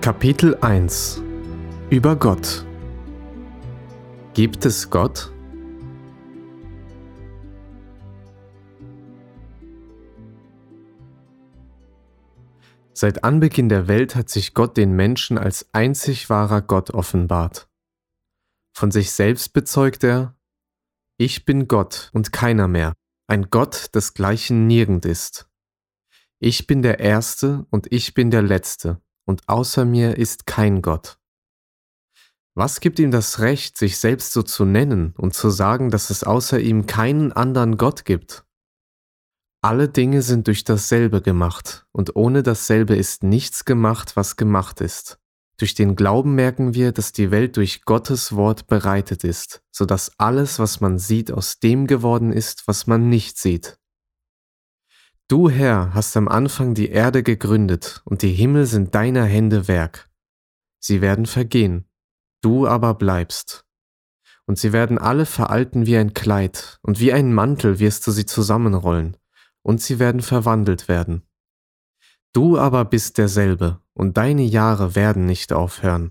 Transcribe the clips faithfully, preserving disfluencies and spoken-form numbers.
Kapitel eins Über Gott. Gibt es Gott? Seit Anbeginn der Welt hat sich Gott den Menschen als einzig wahrer Gott offenbart. Von sich selbst bezeugt er: Ich bin Gott und keiner mehr, ein Gott, desgleichen nirgend ist. Ich bin der Erste und ich bin der Letzte, und außer mir ist kein Gott. Was gibt ihm das Recht, sich selbst so zu nennen und zu sagen, dass es außer ihm keinen anderen Gott gibt? Alle Dinge sind durch dasselbe gemacht, und ohne dasselbe ist nichts gemacht, was gemacht ist. Durch den Glauben merken wir, dass die Welt durch Gottes Wort bereitet ist, so dass alles, was man sieht, aus dem geworden ist, was man nicht sieht. Du, Herr, hast am Anfang die Erde gegründet, und die Himmel sind deiner Hände Werk. Sie werden vergehen, du aber bleibst. Und sie werden alle veralten wie ein Kleid, und wie ein Mantel wirst du sie zusammenrollen, und sie werden verwandelt werden. Du aber bist derselbe, und deine Jahre werden nicht aufhören.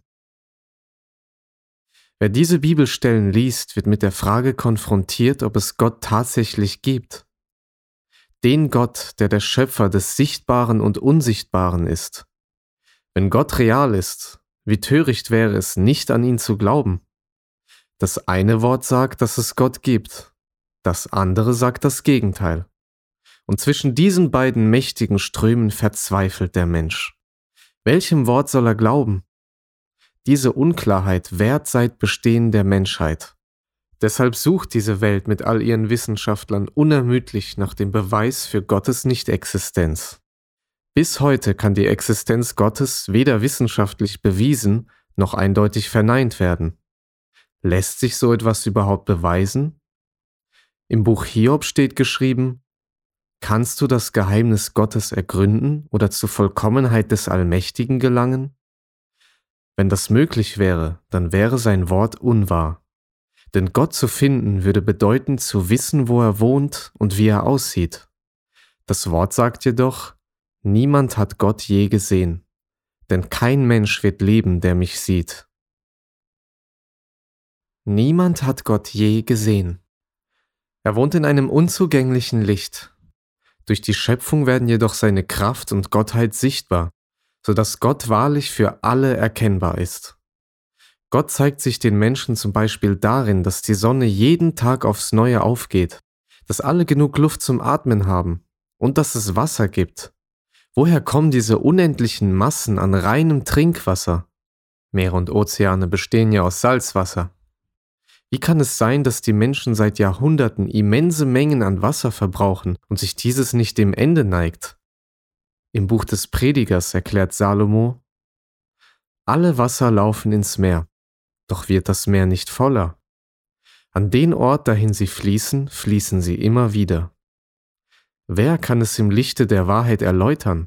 Wer diese Bibelstellen liest, wird mit der Frage konfrontiert, ob es Gott tatsächlich gibt. Den Gott, der der Schöpfer des Sichtbaren und Unsichtbaren ist. Wenn Gott real ist, wie töricht wäre es, nicht an ihn zu glauben. Das eine Wort sagt, dass es Gott gibt, das andere sagt das Gegenteil. Und zwischen diesen beiden mächtigen Strömen verzweifelt der Mensch. Welchem Wort soll er glauben? Diese Unklarheit währt seit Bestehen der Menschheit. Deshalb sucht diese Welt mit all ihren Wissenschaftlern unermüdlich nach dem Beweis für Gottes Nichtexistenz. Bis heute kann die Existenz Gottes weder wissenschaftlich bewiesen noch eindeutig verneint werden. Lässt sich so etwas überhaupt beweisen? Im Buch Hiob steht geschrieben: Kannst du das Geheimnis Gottes ergründen oder zur Vollkommenheit des Allmächtigen gelangen? Wenn das möglich wäre, dann wäre sein Wort unwahr. Denn Gott zu finden würde bedeuten, zu wissen, wo er wohnt und wie er aussieht. Das Wort sagt jedoch: Niemand hat Gott je gesehen, denn kein Mensch wird leben, der mich sieht. Niemand hat Gott je gesehen. Er wohnt in einem unzugänglichen Licht. Durch die Schöpfung werden jedoch seine Kraft und Gottheit sichtbar, sodass Gott wahrlich für alle erkennbar ist. Gott zeigt sich den Menschen zum Beispiel darin, dass die Sonne jeden Tag aufs Neue aufgeht, dass alle genug Luft zum Atmen haben und dass es Wasser gibt. Woher kommen diese unendlichen Massen an reinem Trinkwasser? Meere und Ozeane bestehen ja aus Salzwasser. Wie kann es sein, dass die Menschen seit Jahrhunderten immense Mengen an Wasser verbrauchen und sich dieses nicht dem Ende neigt? Im Buch des Predigers erklärt Salomo: Alle Wasser laufen ins Meer, doch wird das Meer nicht voller. An den Ort, dahin sie fließen, fließen sie immer wieder. Wer kann es im Lichte der Wahrheit erläutern?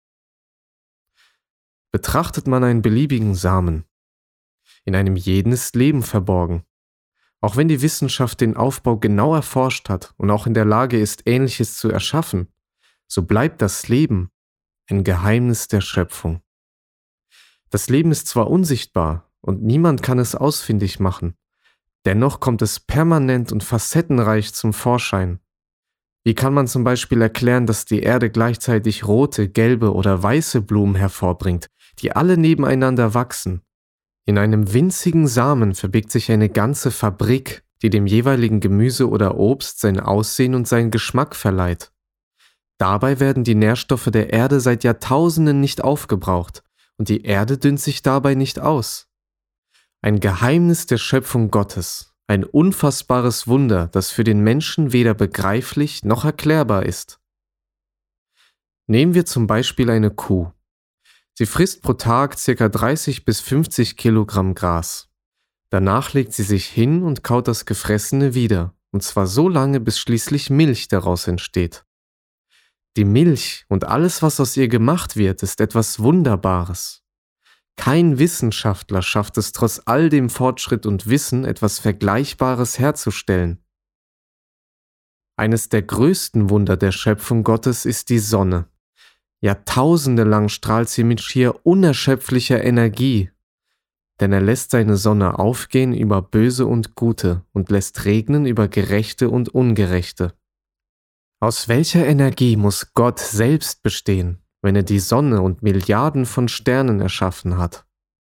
Betrachtet man einen beliebigen Samen. In einem jeden ist Leben verborgen. Auch wenn die Wissenschaft den Aufbau genau erforscht hat und auch in der Lage ist, Ähnliches zu erschaffen, so bleibt das Leben ein Geheimnis der Schöpfung. Das Leben ist zwar unsichtbar und niemand kann es ausfindig machen, dennoch kommt es permanent und facettenreich zum Vorschein. Wie kann man zum Beispiel erklären, dass die Erde gleichzeitig rote, gelbe oder weiße Blumen hervorbringt, die alle nebeneinander wachsen? In einem winzigen Samen verbirgt sich eine ganze Fabrik, die dem jeweiligen Gemüse oder Obst sein Aussehen und seinen Geschmack verleiht. Dabei werden die Nährstoffe der Erde seit Jahrtausenden nicht aufgebraucht und die Erde dünnt sich dabei nicht aus. Ein Geheimnis der Schöpfung Gottes, ein unfassbares Wunder, das für den Menschen weder begreiflich noch erklärbar ist. Nehmen wir zum Beispiel eine Kuh. Sie frisst pro Tag ca. dreißig bis fünfzig Kilogramm Gras. Danach legt sie sich hin und kaut das Gefressene wieder, und zwar so lange, bis schließlich Milch daraus entsteht. Die Milch und alles, was aus ihr gemacht wird, ist etwas Wunderbares. Kein Wissenschaftler schafft es trotz all dem Fortschritt und Wissen, etwas Vergleichbares herzustellen. Eines der größten Wunder der Schöpfung Gottes ist die Sonne. Jahrtausende lang strahlt sie mit schier unerschöpflicher Energie, denn er lässt seine Sonne aufgehen über Böse und Gute und lässt regnen über Gerechte und Ungerechte. Aus welcher Energie muss Gott selbst bestehen, wenn er die Sonne und Milliarden von Sternen erschaffen hat?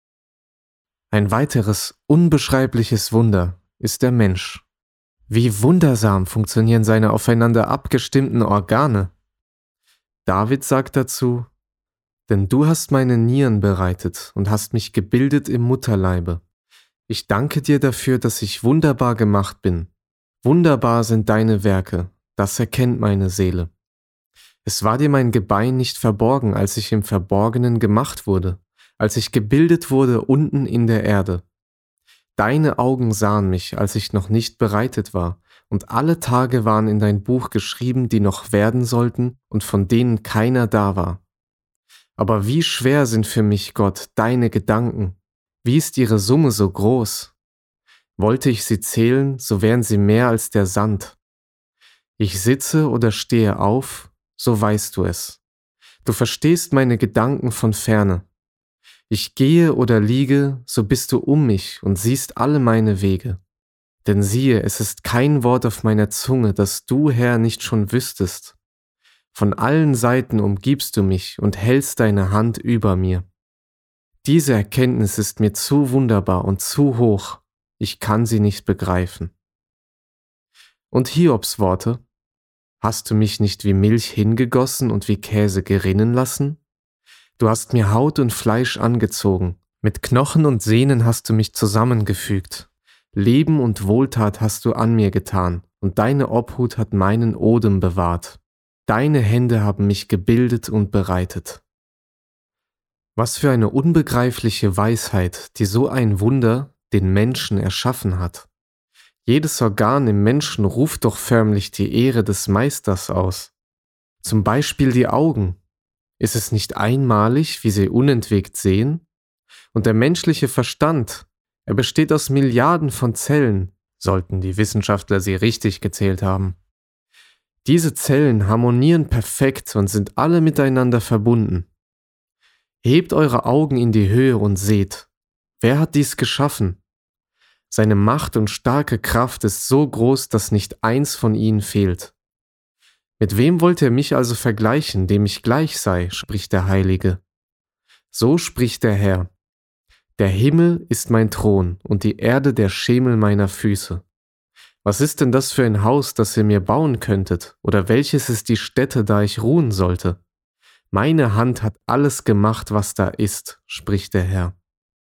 Ein weiteres unbeschreibliches Wunder ist der Mensch. Wie wundersam funktionieren seine aufeinander abgestimmten Organe. David sagt dazu: Denn du hast meine Nieren bereitet und hast mich gebildet im Mutterleibe. Ich danke dir dafür, dass ich wunderbar gemacht bin. Wunderbar sind deine Werke, das erkennt meine Seele. Es war dir mein Gebein nicht verborgen, als ich im Verborgenen gemacht wurde, als ich gebildet wurde unten in der Erde. Deine Augen sahen mich, als ich noch nicht bereitet war, und alle Tage waren in dein Buch geschrieben, die noch werden sollten und von denen keiner da war. Aber wie schwer sind für mich, Gott, deine Gedanken? Wie ist ihre Summe so groß? Wollte ich sie zählen, so wären sie mehr als der Sand. Ich sitze oder stehe auf, so weißt du es. Du verstehst meine Gedanken von ferne. Ich gehe oder liege, so bist du um mich und siehst alle meine Wege. Denn siehe, es ist kein Wort auf meiner Zunge, das du, Herr, nicht schon wüsstest. Von allen Seiten umgibst du mich und hältst deine Hand über mir. Diese Erkenntnis ist mir zu wunderbar und zu hoch, ich kann sie nicht begreifen. Und Hiobs Worte: Hast du mich nicht wie Milch hingegossen und wie Käse gerinnen lassen? Du hast mir Haut und Fleisch angezogen, mit Knochen und Sehnen hast du mich zusammengefügt. Leben und Wohltat hast du an mir getan, und deine Obhut hat meinen Odem bewahrt. Deine Hände haben mich gebildet und bereitet. Was für eine unbegreifliche Weisheit, die so ein Wunder den Menschen erschaffen hat. Jedes Organ im Menschen ruft doch förmlich die Ehre des Meisters aus. Zum Beispiel die Augen. Ist es nicht einmalig, wie sie unentwegt sehen? Und der menschliche Verstand, er besteht aus Milliarden von Zellen, sollten die Wissenschaftler sie richtig gezählt haben. Diese Zellen harmonieren perfekt und sind alle miteinander verbunden. Hebt eure Augen in die Höhe und seht, wer hat dies geschaffen? Seine Macht und starke Kraft ist so groß, dass nicht eins von ihnen fehlt. Mit wem wollt ihr mich also vergleichen, dem ich gleich sei, spricht der Heilige. So spricht der Herr: Der Himmel ist mein Thron und die Erde der Schemel meiner Füße. Was ist denn das für ein Haus, das ihr mir bauen könntet, oder welches ist die Stätte, da ich ruhen sollte? Meine Hand hat alles gemacht, was da ist, spricht der Herr.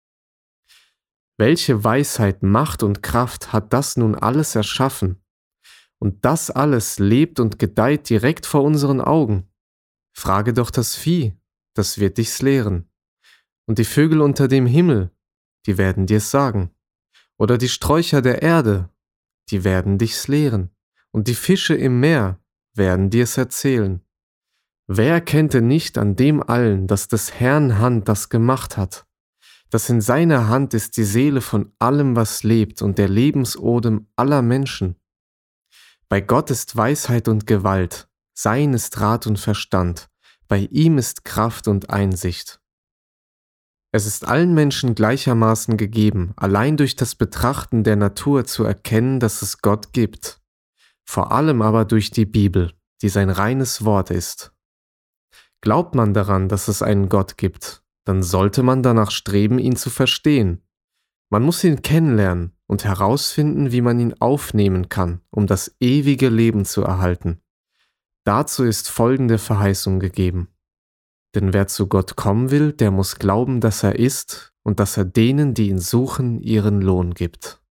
Welche Weisheit, Macht und Kraft hat das nun alles erschaffen? Und das alles lebt und gedeiht direkt vor unseren Augen. Frage doch das Vieh, das wird dich's lehren. Und die Vögel unter dem Himmel, die werden dir's sagen. Oder die Sträucher der Erde, die werden dich's lehren. Und die Fische im Meer werden dir's erzählen. Wer erkennte nicht an dem allen, dass des Herrn Hand das gemacht hat? Dass in seiner Hand ist die Seele von allem, was lebt, und der Lebensodem aller Menschen. Bei Gott ist Weisheit und Gewalt, sein ist Rat und Verstand, bei ihm ist Kraft und Einsicht. Es ist allen Menschen gleichermaßen gegeben, allein durch das Betrachten der Natur zu erkennen, dass es Gott gibt. Vor allem aber durch die Bibel, die sein reines Wort ist. Glaubt man daran, dass es einen Gott gibt, dann sollte man danach streben, ihn zu verstehen. Man muss ihn kennenlernen und herausfinden, wie man ihn aufnehmen kann, um das ewige Leben zu erhalten. Dazu ist folgende Verheißung gegeben. Denn wer zu Gott kommen will, der muss glauben, dass er ist und dass er denen, die ihn suchen, ihren Lohn gibt.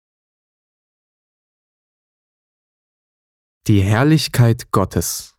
Die Herrlichkeit Gottes.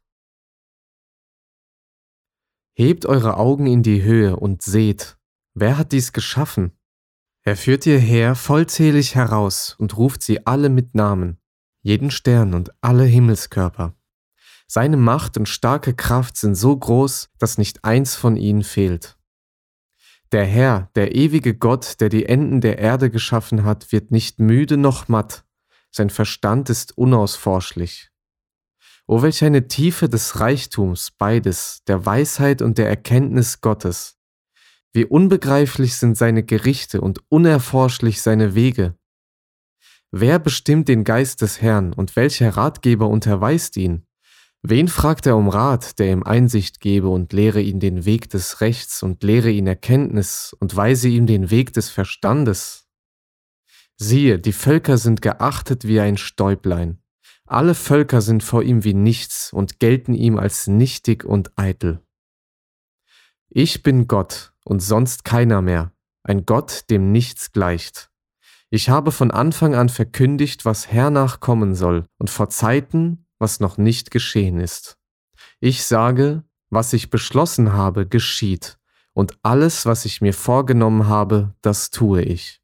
Hebt eure Augen in die Höhe und seht, wer hat dies geschaffen? Er führt ihr her vollzählig heraus und ruft sie alle mit Namen, jeden Stern und alle Himmelskörper. Seine Macht und starke Kraft sind so groß, dass nicht eins von ihnen fehlt. Der Herr, der ewige Gott, der die Enden der Erde geschaffen hat, wird nicht müde noch matt, sein Verstand ist unausforschlich. O welch eine Tiefe des Reichtums, beides, der Weisheit und der Erkenntnis Gottes. Wie unbegreiflich sind seine Gerichte und unerforschlich seine Wege. Wer bestimmt den Geist des Herrn und welcher Ratgeber unterweist ihn? Wen fragt er um Rat, der ihm Einsicht gebe und lehre ihn den Weg des Rechts und lehre ihn Erkenntnis und weise ihm den Weg des Verstandes? Siehe, die Völker sind geachtet wie ein Stäublein. Alle Völker sind vor ihm wie nichts und gelten ihm als nichtig und eitel. Ich bin Gott und sonst keiner mehr, ein Gott, dem nichts gleicht. Ich habe von Anfang an verkündigt, was hernach kommen soll, und vor Zeiten, was noch nicht geschehen ist. Ich sage, was ich beschlossen habe, geschieht, und alles, was ich mir vorgenommen habe, das tue ich.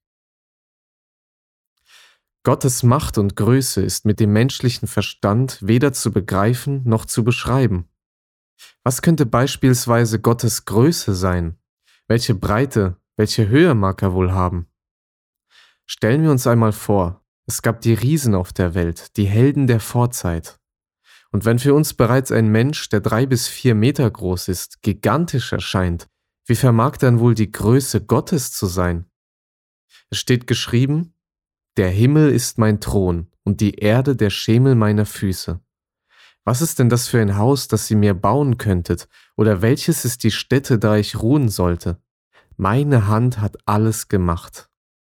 Gottes Macht und Größe ist mit dem menschlichen Verstand weder zu begreifen noch zu beschreiben. Was könnte beispielsweise Gottes Größe sein? Welche Breite, welche Höhe mag er wohl haben? Stellen wir uns einmal vor, es gab die Riesen auf der Welt, die Helden der Vorzeit. Und wenn für uns bereits ein Mensch, der drei bis vier Meter groß ist, gigantisch erscheint, wie vermag dann wohl die Größe Gottes zu sein? Es steht geschrieben, der Himmel ist mein Thron und die Erde der Schemel meiner Füße. Was ist denn das für ein Haus, das ihr mir bauen könntet, oder welches ist die Stätte, da ich ruhen sollte? Meine Hand hat alles gemacht.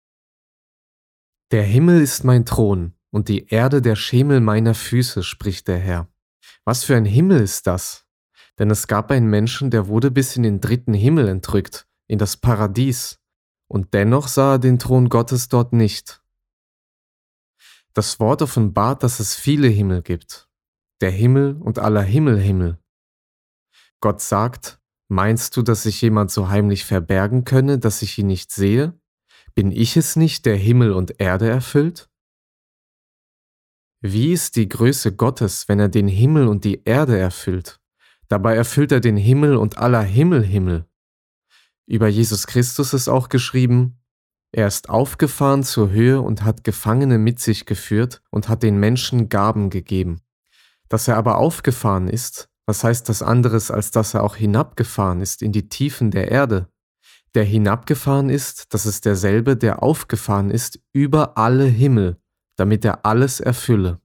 Der Himmel ist mein Thron und die Erde der Schemel meiner Füße, spricht der Herr. Was für ein Himmel ist das? Denn es gab einen Menschen, der wurde bis in den dritten Himmel entrückt, in das Paradies, und dennoch sah er den Thron Gottes dort nicht. Das Wort offenbart, dass es viele Himmel gibt. Der Himmel und aller Himmelhimmel. Gott sagt, meinst du, dass sich jemand so heimlich verbergen könne, dass ich ihn nicht sehe? Bin ich es nicht, der Himmel und Erde erfüllt? Wie ist die Größe Gottes, wenn er den Himmel und die Erde erfüllt? Dabei erfüllt er den Himmel und aller Himmelhimmel. Über Jesus Christus ist auch geschrieben, er ist aufgefahren zur Höhe und hat Gefangene mit sich geführt und hat den Menschen Gaben gegeben. Dass er aber aufgefahren ist, was heißt das anderes, als dass er auch hinabgefahren ist in die Tiefen der Erde? Der hinabgefahren ist, das ist derselbe, der aufgefahren ist über alle Himmel, damit er alles erfülle.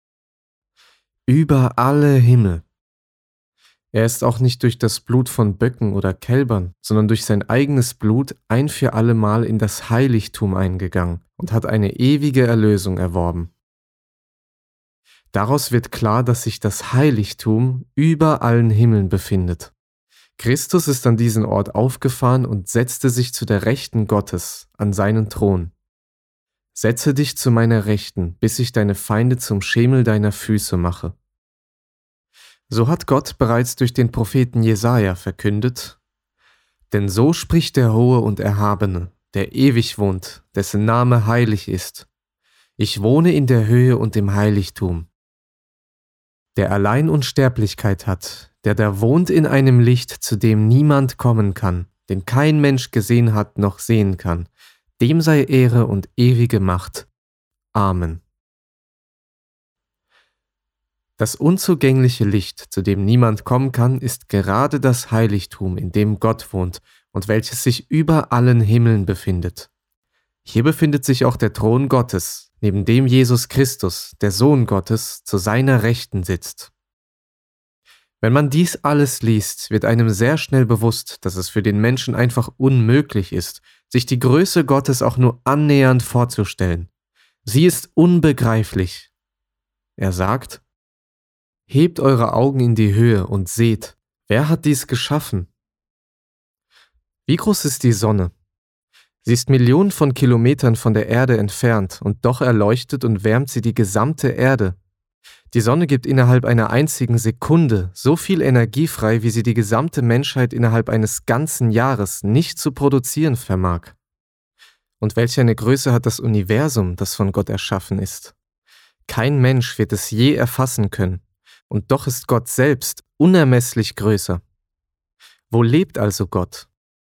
Über alle Himmel. Er ist auch nicht durch das Blut von Böcken oder Kälbern, sondern durch sein eigenes Blut ein für allemal in das Heiligtum eingegangen und hat eine ewige Erlösung erworben. Daraus wird klar, dass sich das Heiligtum über allen Himmeln befindet. Christus ist an diesen Ort aufgefahren und setzte sich zu der Rechten Gottes, an seinen Thron. Setze dich zu meiner Rechten, bis ich deine Feinde zum Schemel deiner Füße mache. So hat Gott bereits durch den Propheten Jesaja verkündet, denn so spricht der Hohe und Erhabene, der ewig wohnt, dessen Name heilig ist. Ich wohne in der Höhe und im Heiligtum. Der allein Unsterblichkeit hat, der da wohnt in einem Licht, zu dem niemand kommen kann, den kein Mensch gesehen hat noch sehen kann, dem sei Ehre und ewige Macht. Amen. Das unzugängliche Licht, zu dem niemand kommen kann, ist gerade das Heiligtum, in dem Gott wohnt und welches sich über allen Himmeln befindet. Hier befindet sich auch der Thron Gottes, neben dem Jesus Christus, der Sohn Gottes, zu seiner Rechten sitzt. Wenn man dies alles liest, wird einem sehr schnell bewusst, dass es für den Menschen einfach unmöglich ist, sich die Größe Gottes auch nur annähernd vorzustellen. Sie ist unbegreiflich. Er sagt, hebt eure Augen in die Höhe und seht, wer hat dies geschaffen? Wie groß ist die Sonne? Sie ist Millionen von Kilometern von der Erde entfernt und doch erleuchtet und wärmt sie die gesamte Erde. Die Sonne gibt innerhalb einer einzigen Sekunde so viel Energie frei, wie sie die gesamte Menschheit innerhalb eines ganzen Jahres nicht zu produzieren vermag. Und welch eine Größe hat das Universum, das von Gott erschaffen ist? Kein Mensch wird es je erfassen können, und doch ist Gott selbst unermesslich größer. Wo lebt also Gott?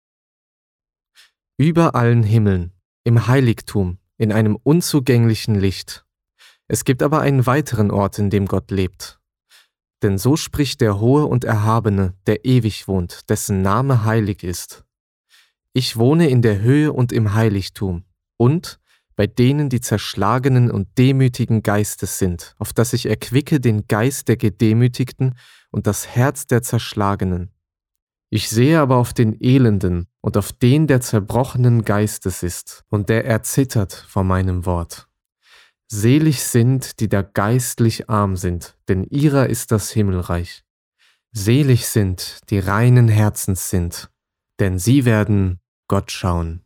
Über allen Himmeln, im Heiligtum, in einem unzugänglichen Licht. Es gibt aber einen weiteren Ort, in dem Gott lebt. Denn so spricht der Hohe und Erhabene, der ewig wohnt, dessen Name heilig ist. Ich wohne in der Höhe und im Heiligtum und bei denen, die zerschlagenen und demütigen Geistes sind, auf dass ich erquicke den Geist der Gedemütigten und das Herz der Zerschlagenen. Ich sehe aber auf den Elenden und auf den, der zerbrochenen Geistes ist und der erzittert vor meinem Wort. Selig sind, die da geistlich arm sind, denn ihrer ist das Himmelreich. Selig sind, die reinen Herzens sind, denn sie werden Gott schauen.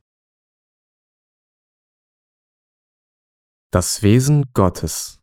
Das Wesen Gottes.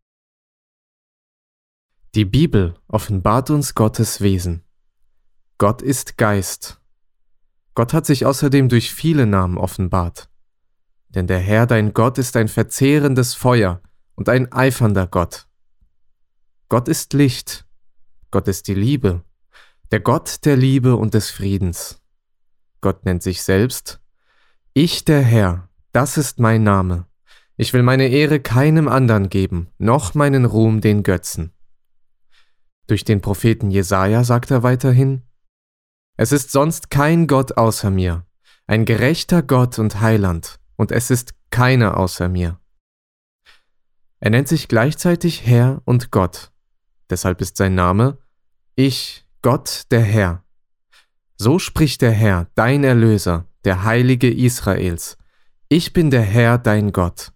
Die Bibel offenbart uns Gottes Wesen. Gott ist Geist. Gott hat sich außerdem durch viele Namen offenbart. Denn der Herr, dein Gott, ist ein verzehrendes Feuer und ein eifernder Gott. Gott ist Licht. Gott ist die Liebe, der Gott der Liebe und des Friedens. Gott nennt sich selbst: Ich, der Herr, das ist mein Name. Ich will meine Ehre keinem anderen geben, noch meinen Ruhm den Götzen. Durch den Propheten Jesaja sagt er weiterhin: Es ist sonst kein Gott außer mir, ein gerechter Gott und Heiland, und es ist keiner außer mir. Er nennt sich gleichzeitig Herr und Gott. Deshalb ist sein Name: Ich, Gott, der Herr. So spricht der Herr, dein Erlöser, der Heilige Israels. Ich bin der Herr, dein Gott.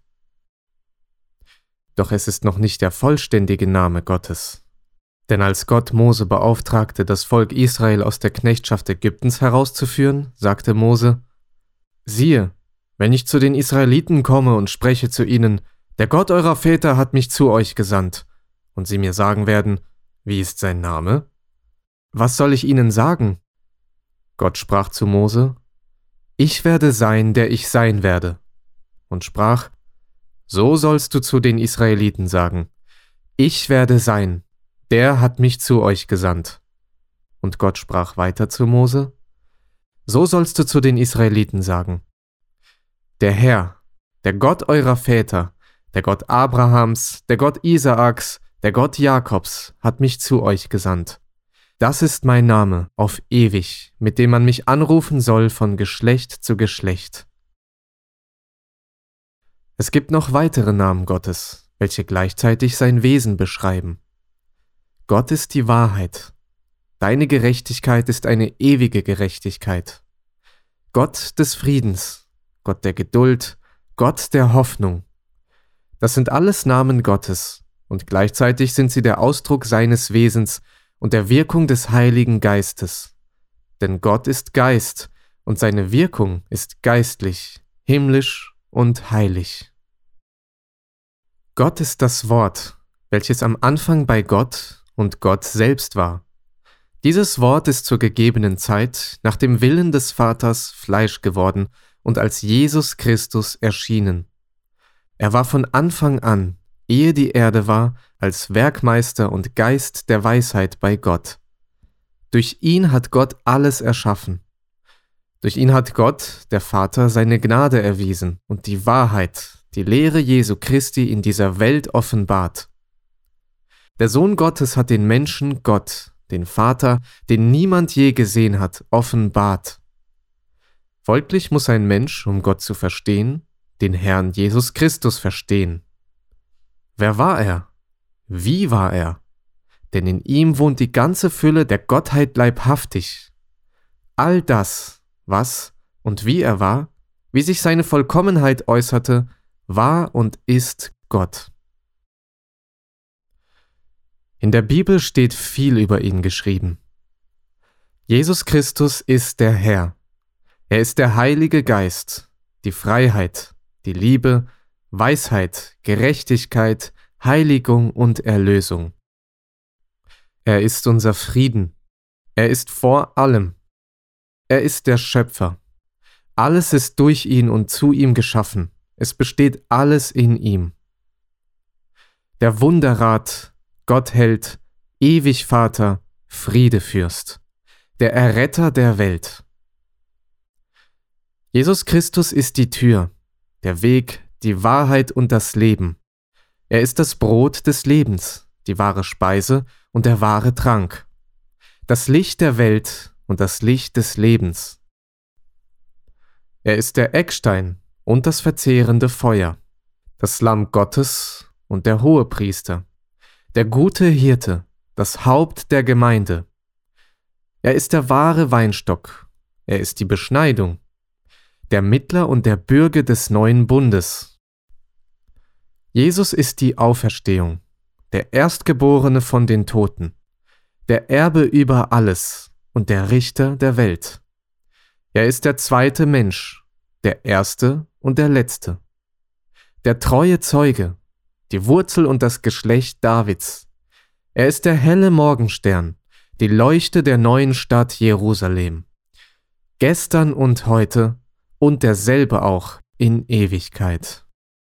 Doch es ist noch nicht der vollständige Name Gottes. Denn als Gott Mose beauftragte, das Volk Israel aus der Knechtschaft Ägyptens herauszuführen, sagte Mose: Siehe, wenn ich zu den Israeliten komme und spreche zu ihnen: Der Gott eurer Väter hat mich zu euch gesandt, und sie mir sagen werden: Wie ist sein Name? Was soll ich ihnen sagen? Gott sprach zu Mose: Ich werde sein, der ich sein werde. Und sprach: So sollst du zu den Israeliten sagen: Ich werde sein, der hat mich zu euch gesandt. Und Gott sprach weiter zu Mose: So sollst du zu den Israeliten sagen: Der Herr, der Gott eurer Väter, der Gott Abrahams, der Gott Isaaks, der Gott Jakobs, hat mich zu euch gesandt. Das ist mein Name auf ewig, mit dem man mich anrufen soll von Geschlecht zu Geschlecht. Es gibt noch weitere Namen Gottes, welche gleichzeitig sein Wesen beschreiben. Gott ist die Wahrheit. Deine Gerechtigkeit ist eine ewige Gerechtigkeit. Gott des Friedens, Gott der Geduld, Gott der Hoffnung. Das sind alles Namen Gottes, und gleichzeitig sind sie der Ausdruck seines Wesens und der Wirkung des Heiligen Geistes. Denn Gott ist Geist, und seine Wirkung ist geistlich, himmlisch und heilig. Gott ist das Wort, welches am Anfang bei Gott und Gott selbst war. Dieses Wort ist zur gegebenen Zeit nach dem Willen des Vaters Fleisch geworden und als Jesus Christus erschienen. Er war von Anfang an, ehe die Erde war, als Werkmeister und Geist der Weisheit bei Gott. Durch ihn hat Gott alles erschaffen. Durch ihn hat Gott, der Vater, seine Gnade erwiesen und die Wahrheit, die Lehre Jesu Christi in dieser Welt offenbart. Der Sohn Gottes hat den Menschen Gott, den Vater, den niemand je gesehen hat, offenbart. Folglich muss ein Mensch, um Gott zu verstehen, den Herrn Jesus Christus verstehen. Wer war er? Wie war er? Denn in ihm wohnt die ganze Fülle der Gottheit leibhaftig. All das, was und wie er war, wie sich seine Vollkommenheit äußerte, war und ist Gott. In der Bibel steht viel über ihn geschrieben. Jesus Christus ist der Herr. Er ist der Heilige Geist, die Freiheit, die Liebe, Weisheit, Gerechtigkeit, Heiligung und Erlösung. Er ist unser Frieden. Er ist vor allem. Er ist der Schöpfer. Alles ist durch ihn und zu ihm geschaffen. Es besteht alles in ihm. Der Wunderrat, Gottheld, ewig Vater, Friedefürst, der Erretter der Welt. Jesus Christus ist die Tür, der Weg, die Wahrheit und das Leben. Er ist das Brot des Lebens, die wahre Speise und der wahre Trank, das Licht der Welt und das Licht des Lebens. Er ist der Eckstein und das verzehrende Feuer, das Lamm Gottes und der Hohepriester, der gute Hirte, das Haupt der Gemeinde. Er ist der wahre Weinstock, er ist die Beschneidung, der Mittler und der Bürger des neuen Bundes. Jesus ist die Auferstehung, der Erstgeborene von den Toten, der Erbe über alles und der Richter der Welt. Er ist der zweite Mensch, der Erste und der Letzte, der treue Zeuge, die Wurzel und das Geschlecht Davids. Er ist der helle Morgenstern, die Leuchte der neuen Stadt Jerusalem, gestern und heute und derselbe auch in Ewigkeit.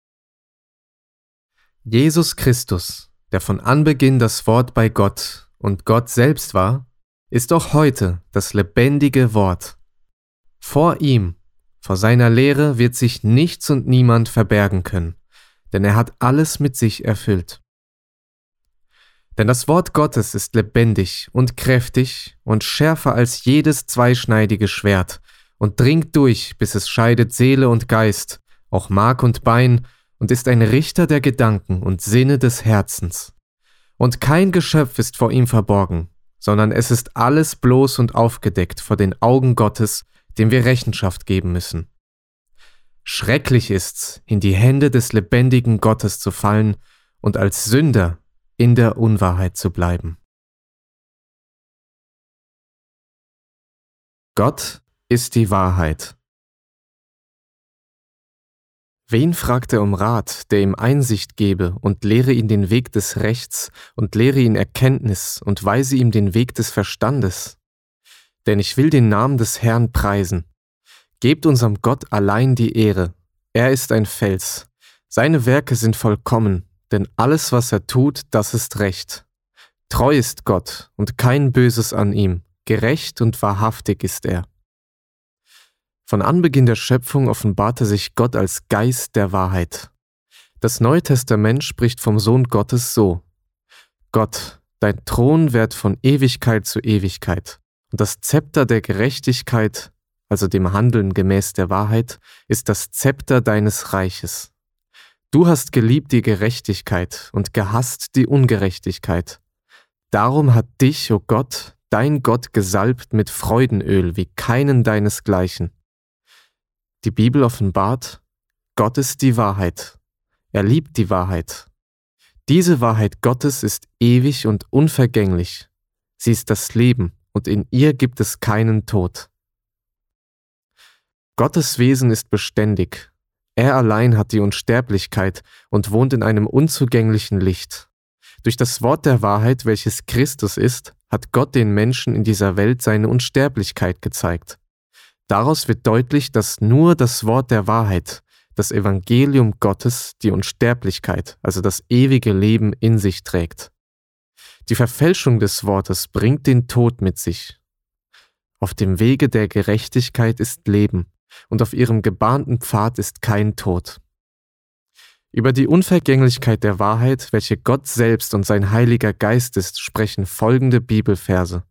Jesus Christus, der von Anbeginn das Wort bei Gott und Gott selbst war, ist auch heute das lebendige Wort. Vor ihm, vor seiner Lehre wird sich nichts und niemand verbergen können, denn er hat alles mit sich erfüllt. Denn das Wort Gottes ist lebendig und kräftig und schärfer als jedes zweischneidige Schwert und dringt durch, bis es scheidet Seele und Geist, auch Mark und Bein, und ist ein Richter der Gedanken und Sinne des Herzens. Und kein Geschöpf ist vor ihm verborgen, sondern es ist alles bloß und aufgedeckt vor den Augen Gottes, dem wir Rechenschaft geben müssen. Schrecklich ist's, in die Hände des lebendigen Gottes zu fallen und als Sünder in der Unwahrheit zu bleiben. Gott ist die Wahrheit. Wen fragt er um Rat, der ihm Einsicht gebe und lehre ihn den Weg des Rechts und lehre ihn Erkenntnis und weise ihm den Weg des Verstandes? Denn ich will den Namen des Herrn preisen. Gebt unserem Gott allein die Ehre. Er ist ein Fels. Seine Werke sind vollkommen, denn alles, was er tut, das ist recht. Treu ist Gott und kein Böses an ihm. Gerecht und wahrhaftig ist er. Von Anbeginn der Schöpfung offenbarte sich Gott als Geist der Wahrheit. Das Neue Testament spricht vom Sohn Gottes so: Gott, dein Thron währt von Ewigkeit zu Ewigkeit, und das Zepter der Gerechtigkeit, also dem Handeln gemäß der Wahrheit, ist das Zepter deines Reiches. Du hast geliebt die Gerechtigkeit und gehasst die Ungerechtigkeit. Darum hat dich, o Gott, dein Gott gesalbt mit Freudenöl wie keinen deinesgleichen. Die Bibel offenbart, Gott ist die Wahrheit. Er liebt die Wahrheit. Diese Wahrheit Gottes ist ewig und unvergänglich. Sie ist das Leben und in ihr gibt es keinen Tod. Gottes Wesen ist beständig. Er allein hat die Unsterblichkeit und wohnt in einem unzugänglichen Licht. Durch das Wort der Wahrheit, welches Christus ist, hat Gott den Menschen in dieser Welt seine Unsterblichkeit gezeigt. Daraus wird deutlich, dass nur das Wort der Wahrheit, das Evangelium Gottes, die Unsterblichkeit, also das ewige Leben in sich trägt. Die Verfälschung des Wortes bringt den Tod mit sich. Auf dem Wege der Gerechtigkeit ist Leben, und auf ihrem gebahnten Pfad ist kein Tod. Über die Unvergänglichkeit der Wahrheit, welche Gott selbst und sein Heiliger Geist ist, sprechen folgende Bibelverse.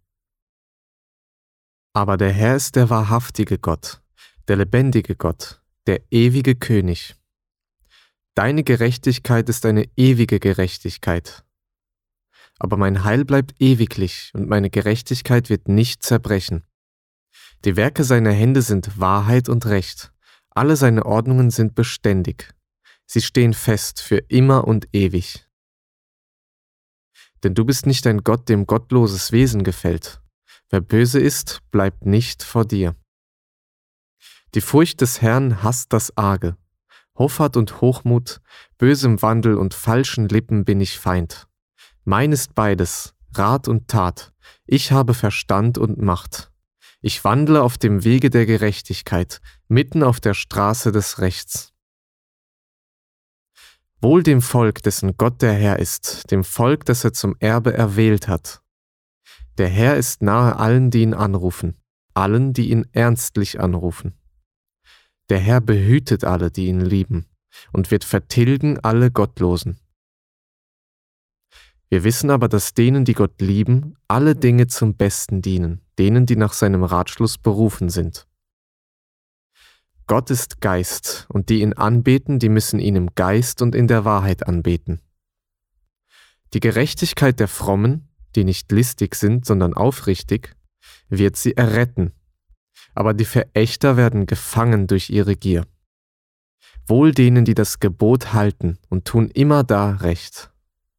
Aber der Herr ist der wahrhaftige Gott, der lebendige Gott, der ewige König. Deine Gerechtigkeit ist eine ewige Gerechtigkeit. Aber mein Heil bleibt ewiglich und meine Gerechtigkeit wird nicht zerbrechen. Die Werke seiner Hände sind Wahrheit und Recht. Alle seine Ordnungen sind beständig. Sie stehen fest für immer und ewig. Denn du bist nicht ein Gott, dem gottloses Wesen gefällt. Wer böse ist, bleibt nicht vor dir. Die Furcht des Herrn hasst das Arge. Hoffart und Hochmut, bösem Wandel und falschen Lippen bin ich Feind. Mein ist beides, Rat und Tat. Ich habe Verstand und Macht. Ich wandle auf dem Wege der Gerechtigkeit, mitten auf der Straße des Rechts. Wohl dem Volk, dessen Gott der Herr ist, dem Volk, das er zum Erbe erwählt hat. Der Herr ist nahe allen, die ihn anrufen, allen, die ihn ernstlich anrufen. Der Herr behütet alle, die ihn lieben, und wird vertilgen alle Gottlosen. Wir wissen aber, dass denen, die Gott lieben, alle Dinge zum Besten dienen, denen, die nach seinem Ratschluss berufen sind. Gott ist Geist, und die ihn anbeten, die müssen ihn im Geist und in der Wahrheit anbeten. Die Gerechtigkeit der Frommen, die nicht listig sind, sondern aufrichtig, wird sie erretten, aber die Verächter werden gefangen durch ihre Gier. Wohl denen, die das Gebot halten und tun immerdar Recht.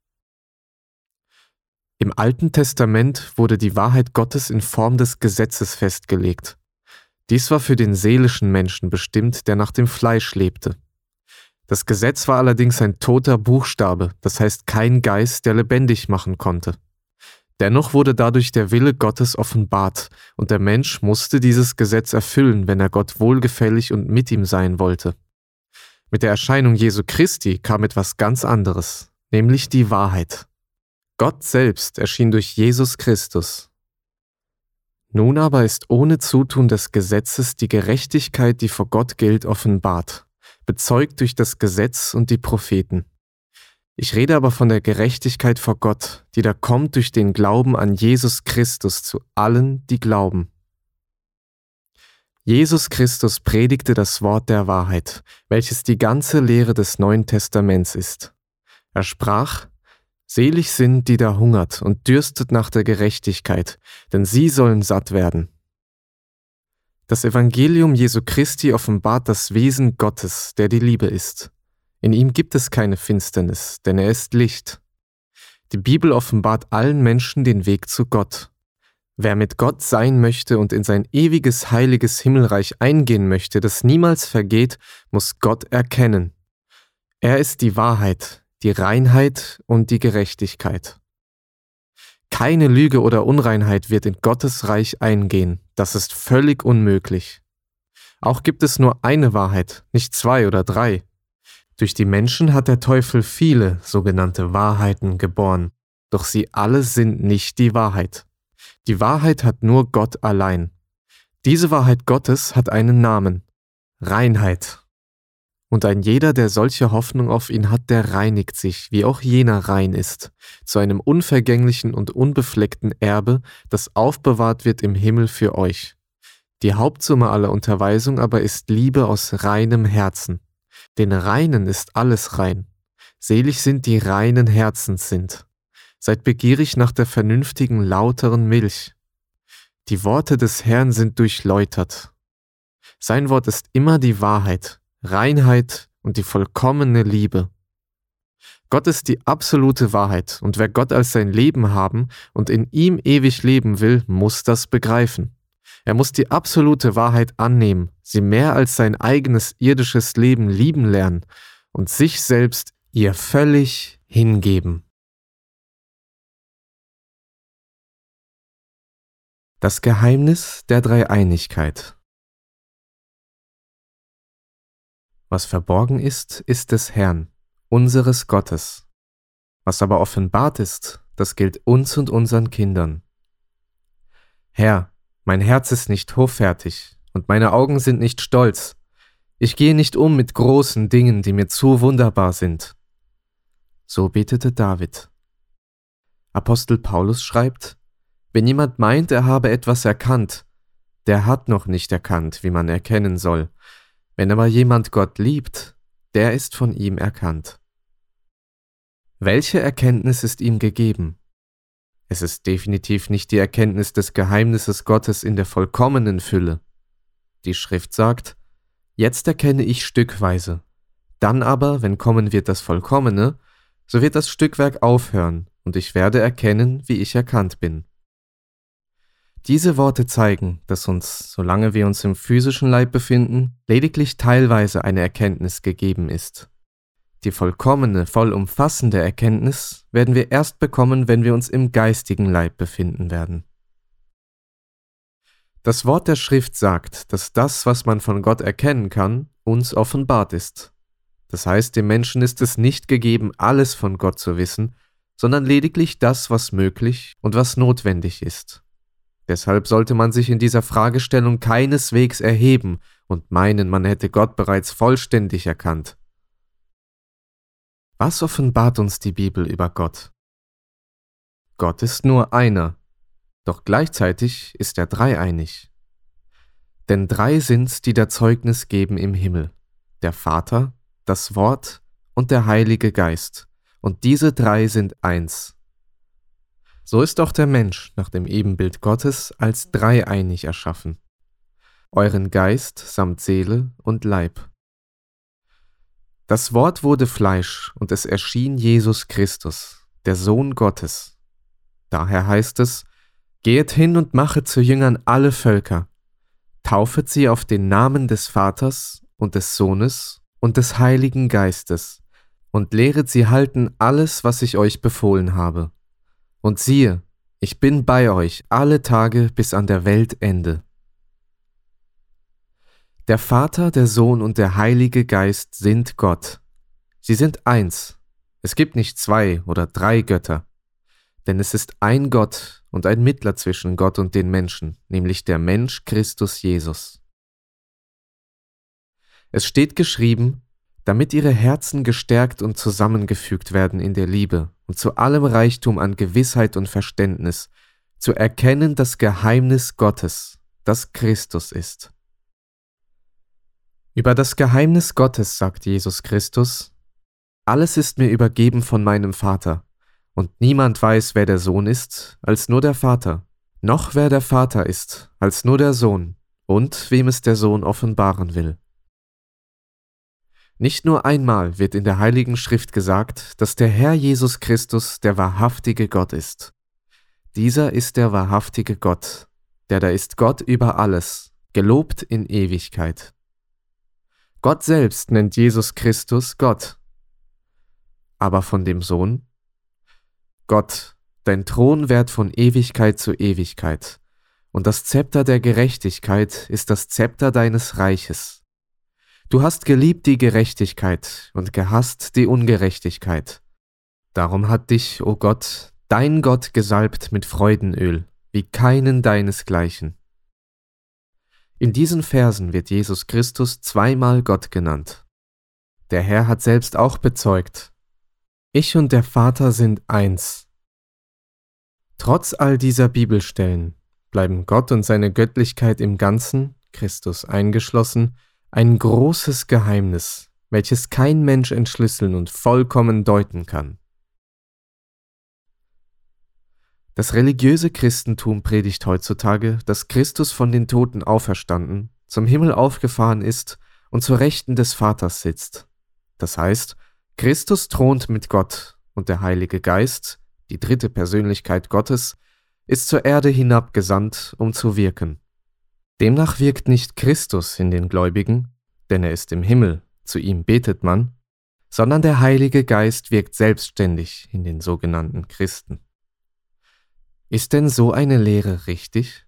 Im Alten Testament wurde die Wahrheit Gottes in Form des Gesetzes festgelegt. Dies war für den seelischen Menschen bestimmt, der nach dem Fleisch lebte. Das Gesetz war allerdings ein toter Buchstabe, das heißt kein Geist, der lebendig machen konnte. Dennoch wurde dadurch der Wille Gottes offenbart, und der Mensch musste dieses Gesetz erfüllen, wenn er Gott wohlgefällig und mit ihm sein wollte. Mit der Erscheinung Jesu Christi kam etwas ganz anderes, nämlich die Wahrheit. Gott selbst erschien durch Jesus Christus. Nun aber ist ohne Zutun des Gesetzes die Gerechtigkeit, die vor Gott gilt, offenbart, bezeugt durch das Gesetz und die Propheten. Ich rede aber von der Gerechtigkeit vor Gott, die da kommt durch den Glauben an Jesus Christus zu allen, die glauben. Jesus Christus predigte das Wort der Wahrheit, welches die ganze Lehre des Neuen Testaments ist. Er sprach: Selig sind, die da hungert und dürstet nach der Gerechtigkeit, denn sie sollen satt werden. Das Evangelium Jesu Christi offenbart das Wesen Gottes, der die Liebe ist. In ihm gibt es keine Finsternis, denn er ist Licht. Die Bibel offenbart allen Menschen den Weg zu Gott. Wer mit Gott sein möchte und in sein ewiges, heiliges Himmelreich eingehen möchte, das niemals vergeht, muss Gott erkennen. Er ist die Wahrheit, die Reinheit und die Gerechtigkeit. Keine Lüge oder Unreinheit wird in Gottes Reich eingehen, das ist völlig unmöglich. Auch gibt es nur eine Wahrheit, nicht zwei oder drei. Durch die Menschen hat der Teufel viele sogenannte Wahrheiten geboren, doch sie alle sind nicht die Wahrheit. Die Wahrheit hat nur Gott allein. Diese Wahrheit Gottes hat einen Namen: Reinheit. Und ein jeder, der solche Hoffnung auf ihn hat, der reinigt sich, wie auch jener rein ist, zu einem unvergänglichen und unbefleckten Erbe, das aufbewahrt wird im Himmel für euch. Die Hauptsumme aller Unterweisung aber ist Liebe aus reinem Herzen. Den Reinen ist alles rein. Selig sind, die reinen Herzens sind. Seid begierig nach der vernünftigen, lauteren Milch. Die Worte des Herrn sind durchläutert. Sein Wort ist immer die Wahrheit, Reinheit und die vollkommene Liebe. Gott ist die absolute Wahrheit, und wer Gott als sein Leben haben und in ihm ewig leben will, muss das begreifen. Er muss die absolute Wahrheit annehmen, sie mehr als sein eigenes irdisches Leben lieben lernen und sich selbst ihr völlig hingeben. Das Geheimnis der Dreieinigkeit. Was verborgen ist, ist des Herrn, unseres Gottes. Was aber offenbart ist, das gilt uns und unseren Kindern. Herr, mein Herz ist nicht hoffärtig und meine Augen sind nicht stolz. Ich gehe nicht um mit großen Dingen, die mir zu wunderbar sind. So betete David. Apostel Paulus schreibt: Wenn jemand meint, er habe etwas erkannt, der hat noch nicht erkannt, wie man erkennen soll. Wenn aber jemand Gott liebt, der ist von ihm erkannt. Welche Erkenntnis ist ihm gegeben? Es ist definitiv nicht die Erkenntnis des Geheimnisses Gottes in der vollkommenen Fülle. Die Schrift sagt: Jetzt erkenne ich stückweise. Dann aber, wenn kommen wird das Vollkommene, so wird das Stückwerk aufhören, und ich werde erkennen, wie ich erkannt bin. Diese Worte zeigen, dass uns, solange wir uns im physischen Leib befinden, lediglich teilweise eine Erkenntnis gegeben ist. Die vollkommene, vollumfassende Erkenntnis werden wir erst bekommen, wenn wir uns im geistigen Leib befinden werden. Das Wort der Schrift sagt, dass das, was man von Gott erkennen kann, uns offenbart ist. Das heißt, dem Menschen ist es nicht gegeben, alles von Gott zu wissen, sondern lediglich das, was möglich und was notwendig ist. Deshalb sollte man sich in dieser Fragestellung keineswegs erheben und meinen, man hätte Gott bereits vollständig erkannt. Was offenbart uns die Bibel über Gott? Gott ist nur einer, doch gleichzeitig ist er dreieinig. Denn drei sind's, die da Zeugnis geben im Himmel: der Vater, das Wort und der Heilige Geist, und diese drei sind eins. So ist auch der Mensch nach dem Ebenbild Gottes als dreieinig erschaffen: euren Geist samt Seele und Leib. Das Wort wurde Fleisch, und es erschien Jesus Christus, der Sohn Gottes. Daher heißt es: Gehet hin und machet zu Jüngern alle Völker, taufet sie auf den Namen des Vaters und des Sohnes und des Heiligen Geistes und lehret sie halten alles, was ich euch befohlen habe. Und siehe, ich bin bei euch alle Tage bis an der Weltende. Der Vater, der Sohn und der Heilige Geist sind Gott. Sie sind eins. Es gibt nicht zwei oder drei Götter. Denn es ist ein Gott und ein Mittler zwischen Gott und den Menschen, nämlich der Mensch Christus Jesus. Es steht geschrieben: damit ihre Herzen gestärkt und zusammengefügt werden in der Liebe und zu allem Reichtum an Gewissheit und Verständnis, zu erkennen das Geheimnis Gottes, das Christus ist. Über das Geheimnis Gottes sagt Jesus Christus: Alles ist mir übergeben von meinem Vater, und niemand weiß, wer der Sohn ist, als nur der Vater, noch wer der Vater ist, als nur der Sohn, und wem es der Sohn offenbaren will. Nicht nur einmal wird in der Heiligen Schrift gesagt, dass der Herr Jesus Christus der wahrhaftige Gott ist. Dieser ist der wahrhaftige Gott, der da ist Gott über alles, gelobt in Ewigkeit. Gott selbst nennt Jesus Christus Gott. Aber von dem Sohn: Gott, dein Thron währt von Ewigkeit zu Ewigkeit, und das Zepter der Gerechtigkeit ist das Zepter deines Reiches. Du hast geliebt die Gerechtigkeit und gehasst die Ungerechtigkeit. Darum hat dich, o Gott, dein Gott gesalbt mit Freudenöl, wie keinen deinesgleichen. In diesen Versen wird Jesus Christus zweimal Gott genannt. Der Herr hat selbst auch bezeugt: Ich und der Vater sind eins. Trotz all dieser Bibelstellen bleiben Gott und seine Göttlichkeit im Ganzen, Christus eingeschlossen, ein großes Geheimnis, welches kein Mensch entschlüsseln und vollkommen deuten kann. Das religiöse Christentum predigt heutzutage, dass Christus von den Toten auferstanden, zum Himmel aufgefahren ist und zur Rechten des Vaters sitzt. Das heißt, Christus thront mit Gott und der Heilige Geist, die dritte Persönlichkeit Gottes, ist zur Erde hinabgesandt, um zu wirken. Demnach wirkt nicht Christus in den Gläubigen, denn er ist im Himmel, zu ihm betet man, sondern der Heilige Geist wirkt selbstständig in den sogenannten Christen. Ist denn so eine Lehre richtig?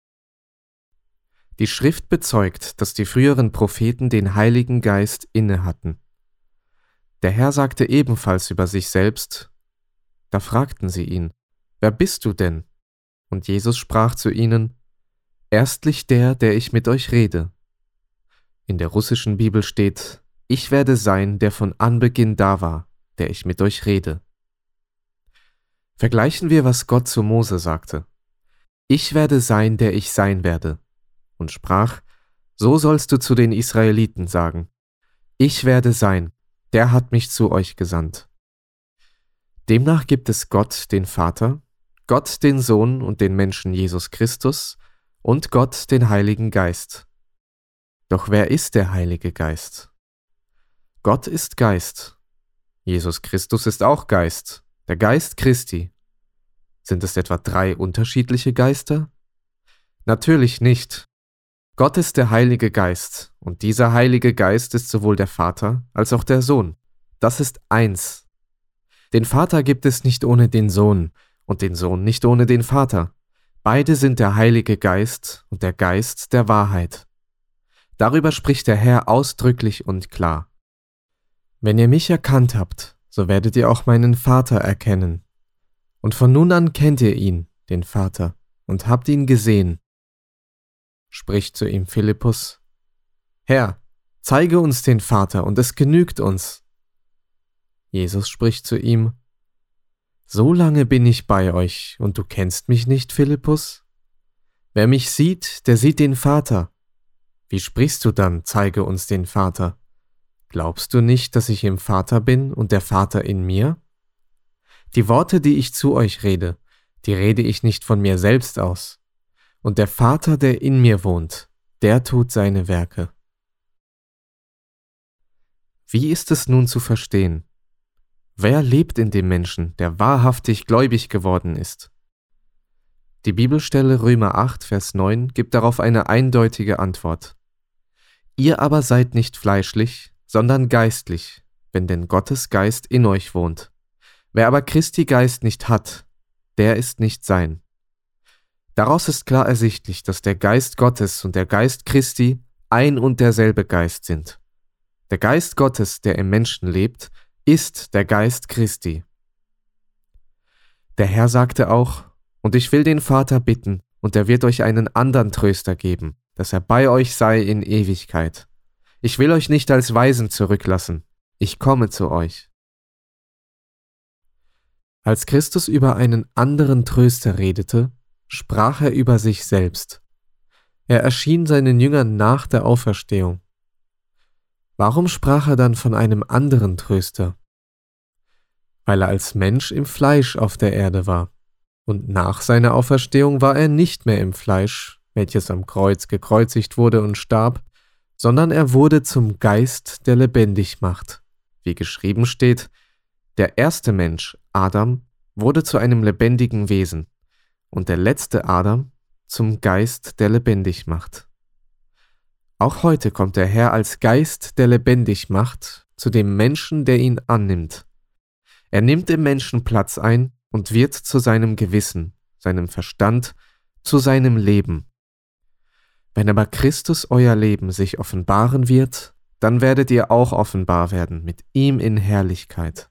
Die Schrift bezeugt, dass die früheren Propheten den Heiligen Geist inne hatten. Der Herr sagte ebenfalls über sich selbst: Da fragten sie ihn: Wer bist du denn? Und Jesus sprach zu ihnen: Erstlich der, der ich mit euch rede. In der russischen Bibel steht: Ich werde sein, der von Anbeginn da war, der ich mit euch rede. Vergleichen wir, was Gott zu Mose sagte: Ich werde sein, der ich sein werde. Und sprach: So sollst du zu den Israeliten sagen: Ich werde sein, der hat mich zu euch gesandt. Demnach gibt es Gott, den Vater, Gott, den Sohn und den Menschen Jesus Christus und Gott, den Heiligen Geist. Doch wer ist der Heilige Geist? Gott ist Geist. Jesus Christus ist auch Geist, der Geist Christi. Sind es etwa drei unterschiedliche Geister? Natürlich nicht. Gott ist der Heilige Geist, und dieser Heilige Geist ist sowohl der Vater als auch der Sohn. Das ist eins. Den Vater gibt es nicht ohne den Sohn und den Sohn nicht ohne den Vater. Beide sind der Heilige Geist und der Geist der Wahrheit. Darüber spricht der Herr ausdrücklich und klar: Wenn ihr mich erkannt habt, so werdet ihr auch meinen Vater erkennen. Und von nun an kennt ihr ihn, den Vater, und habt ihn gesehen. Spricht zu ihm Philippus: Herr, zeige uns den Vater, und es genügt uns. Jesus spricht zu ihm: So lange bin ich bei euch, und du kennst mich nicht, Philippus? Wer mich sieht, der sieht den Vater. Wie sprichst du dann, zeige uns den Vater? Glaubst du nicht, dass ich im Vater bin und der Vater in mir? Die Worte, die ich zu euch rede, die rede ich nicht von mir selbst aus. Und der Vater, der in mir wohnt, der tut seine Werke. Wie ist es nun zu verstehen? Wer lebt in dem Menschen, der wahrhaftig gläubig geworden ist? Die Bibelstelle Römer acht, Vers neun gibt darauf eine eindeutige Antwort. Ihr aber seid nicht fleischlich, sondern geistlich, wenn denn Gottes Geist in euch wohnt. Wer aber Christi Geist nicht hat, der ist nicht sein. Daraus ist klar ersichtlich, dass der Geist Gottes und der Geist Christi ein und derselbe Geist sind. Der Geist Gottes, der im Menschen lebt, ist der Geist Christi. Der Herr sagte auch, und ich will den Vater bitten, und er wird euch einen anderen Tröster geben, dass er bei euch sei in Ewigkeit. Ich will euch nicht als Waisen zurücklassen, ich komme zu euch. Als Christus über einen anderen Tröster redete, sprach er über sich selbst. Er erschien seinen Jüngern nach der Auferstehung. Warum sprach er dann von einem anderen Tröster? Weil er als Mensch im Fleisch auf der Erde war. Und nach seiner Auferstehung war er nicht mehr im Fleisch, welches am Kreuz gekreuzigt wurde und starb, sondern er wurde zum Geist, der lebendig macht. Wie geschrieben steht, der erste Mensch, Adam, wurde zu einem lebendigen Wesen und der letzte Adam zum Geist, der lebendig macht. Auch heute kommt der Herr als Geist, der lebendig macht, zu dem Menschen, der ihn annimmt. Er nimmt im Menschen Platz ein und wird zu seinem Gewissen, seinem Verstand, zu seinem Leben. Wenn aber Christus euer Leben sich offenbaren wird, dann werdet ihr auch offenbar werden mit ihm in Herrlichkeit.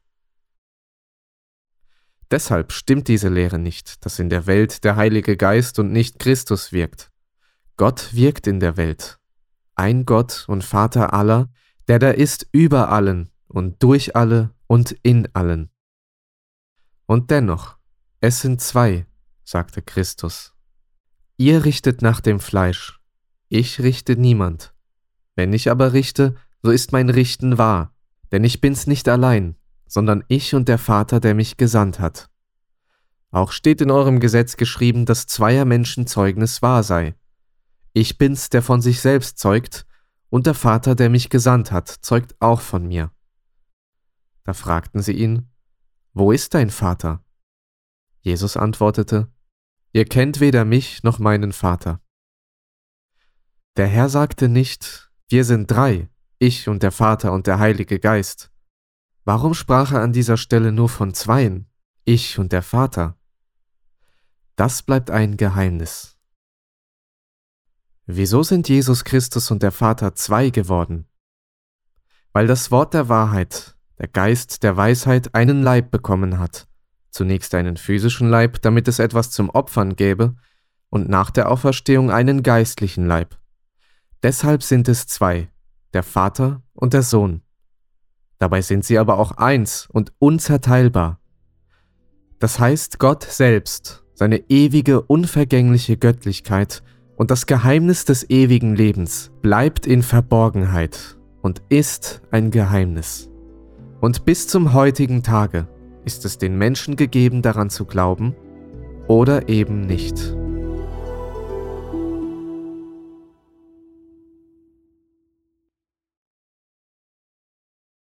Deshalb stimmt diese Lehre nicht, dass in der Welt der Heilige Geist und nicht Christus wirkt. Gott wirkt in der Welt. Ein Gott und Vater aller, der da ist über allen und durch alle und in allen. Und dennoch, es sind zwei, sagte Christus. Ihr richtet nach dem Fleisch, ich richte niemand. Wenn ich aber richte, so ist mein Richten wahr, denn ich bin's nicht allein, sondern ich und der Vater, der mich gesandt hat. Auch steht in eurem Gesetz geschrieben, dass zweier Menschen Zeugnis wahr sei. Ich bin's, der von sich selbst zeugt, und der Vater, der mich gesandt hat, zeugt auch von mir. Da fragten sie ihn, wo ist dein Vater? Jesus antwortete, ihr kennt weder mich noch meinen Vater. Der Herr sagte nicht, wir sind drei, ich und der Vater und der Heilige Geist. Warum sprach er an dieser Stelle nur von zweien, ich und der Vater? Das bleibt ein Geheimnis. Wieso sind Jesus Christus und der Vater zwei geworden? Weil das Wort der Wahrheit, der Geist der Weisheit, einen Leib bekommen hat, zunächst einen physischen Leib, damit es etwas zum Opfern gäbe, und nach der Auferstehung einen geistlichen Leib. Deshalb sind es zwei, der Vater und der Sohn. Dabei sind sie aber auch eins und unzerteilbar. Das heißt, Gott selbst, seine ewige, unvergängliche Göttlichkeit und das Geheimnis des ewigen Lebens bleibt in Verborgenheit und ist ein Geheimnis. Und bis zum heutigen Tage ist es den Menschen gegeben, daran zu glauben oder eben nicht.